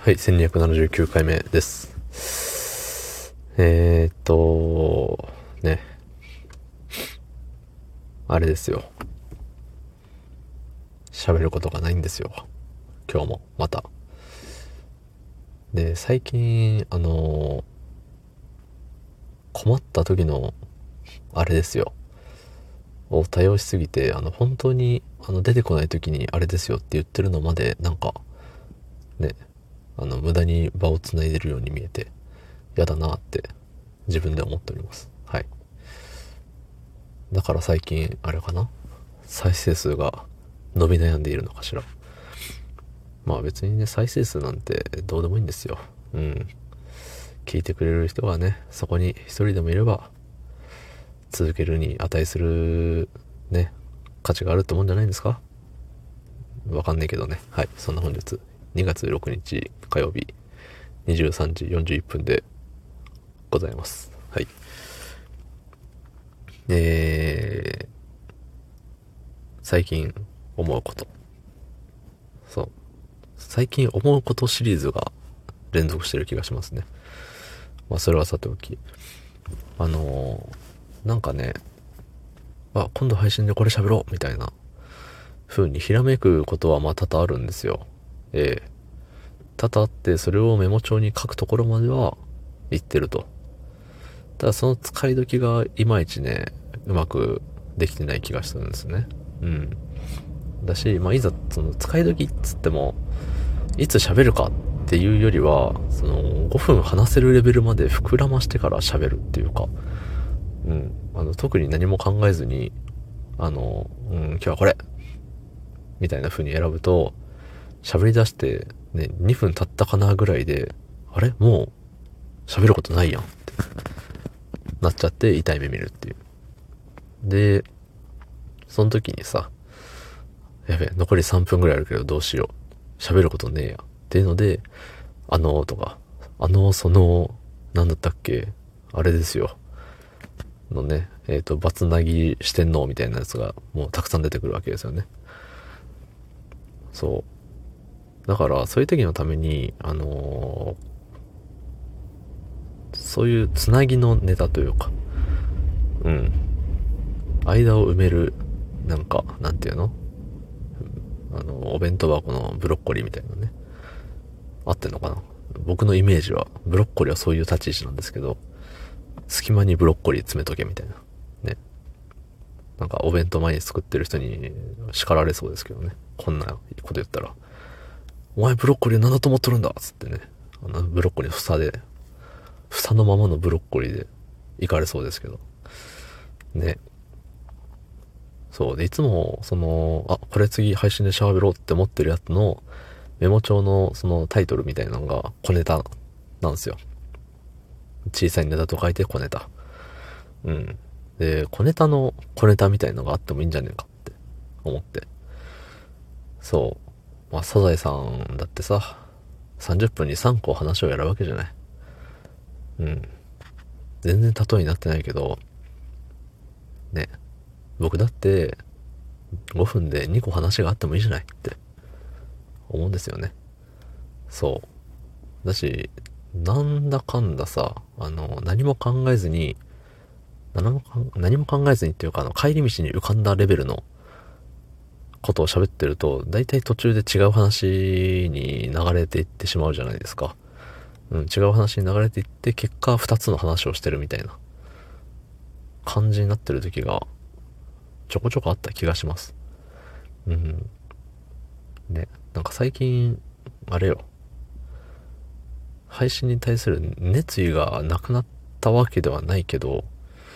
はい、1279回目です。ね、あれですよ。喋ることがないんですよ。今日も、また。で、最近、困った時の、あれですよ。を多用しすぎて、本当に、出てこない時にあれですよって言ってるのまで、なんか、ね、無駄に場を繋いでるように見えて、嫌だなって、自分で思っております。はい。だから最近、あれかな、再生数が伸び悩んでいるのかしら。まあ別にね、再生数なんてどうでもいいんですよ。うん。聞いてくれる人がね、そこに一人でもいれば、続けるに値する、ね、価値があるってもんじゃないんですか。わかんないけどね。はい。そんな本日、2月6日火曜日、23時41分でございます。はい。最近思うこと。そう。最近思うことシリーズが連続してる気がしますね。まあそれはさておき。なんかね、今度配信でこれ喋ろうみたいな風にひらめくことはまあ多々あるんですよ。ええ。多々あって、それをメモ帳に書くところまでは言ってると。ただその使い時がいまいちね、うまくできてない気がするんですね。うん。だし、まあいざその使い時っつっても、いつ喋るかっていうよりは、その5分話せるレベルまで膨らましてから喋るっていうか、うん。特に何も考えずに、今日はこれみたいな風に選ぶと、喋り出して、ね、2分経ったかなぐらいで、あれもう、喋ることないやんってなっちゃって痛い目見るっていう。で、その時にさ、やべえ、残り3分ぐらいあるけどどうしよう。喋ることねえや。っていうので、とか、なんだったっけ、あれですよ。のね、バツナギ四天王みたいなやつがもうたくさん出てくるわけですよね。そう。だから、そういう時のために、そういうつなぎのネタというか、うん。間を埋める、なんか、なんていうの、お弁当箱のブロッコリーみたいなね。合ってんのかな。僕のイメージは、ブロッコリーはそういう立ち位置なんですけど、隙間にブロッコリー詰めとけみたいな。ね。なんかお弁当前に作ってる人に叱られそうですけどね。こんなこと言ったら。お前ブロッコリー何だと思っとるんだつってね。ブロッコリー房のままのブロッコリーで行かれそうですけど。ね。そう。で、いつも、これ次配信で喋ろうって思ってるやつのメモ帳のそのタイトルみたいなのが小ネタなんですよ。小さいネタと書いて小ネタ。うん。で、小ネタの小ネタみたいなのがあってもいいんじゃねえかって思って。そう。まあ、サザエさんだってさ、30分に3個話をやるわけじゃない。うん。全然例えになってないけど、ね。僕だって5分で2個話があってもいいじゃないって思うんですよね。そう。だし、なんだかんださ、何も考えずに、何も考えずにっていうか、帰り道に浮かんだレベルのことを喋ってると、大体途中で違う話に流れていってしまうじゃないですか。うん、違う話に流れていって、結果2つの話をしてるみたいな感じになってる時がちょこちょこあった気がします。うん。ね。なんか最近、あれよ、配信に対する熱意がなくなったわけではないけど、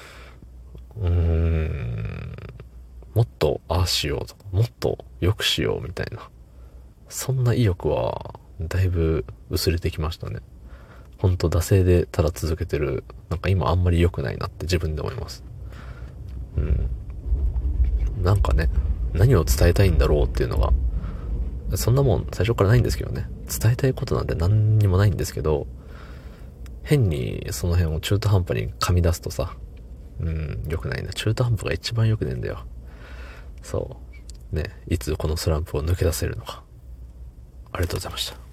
もっとああしようとか、もっと良くしようみたいな、そんな意欲はだいぶ薄れてきましたね。ほんと惰性でただ続けてる、なんか今あんまり良くないなって自分で思います。うん。なんかね、何を伝えたいんだろうっていうのが、そんなもん最初からないんですけどね。伝えたいことなんて何にもないんですけど、変にその辺を中途半端に噛み出すとさ、良くないな。中途半端が一番良くねえんだよ。そう。ね、いつこのスランプを抜け出せるのか。ありがとうございました。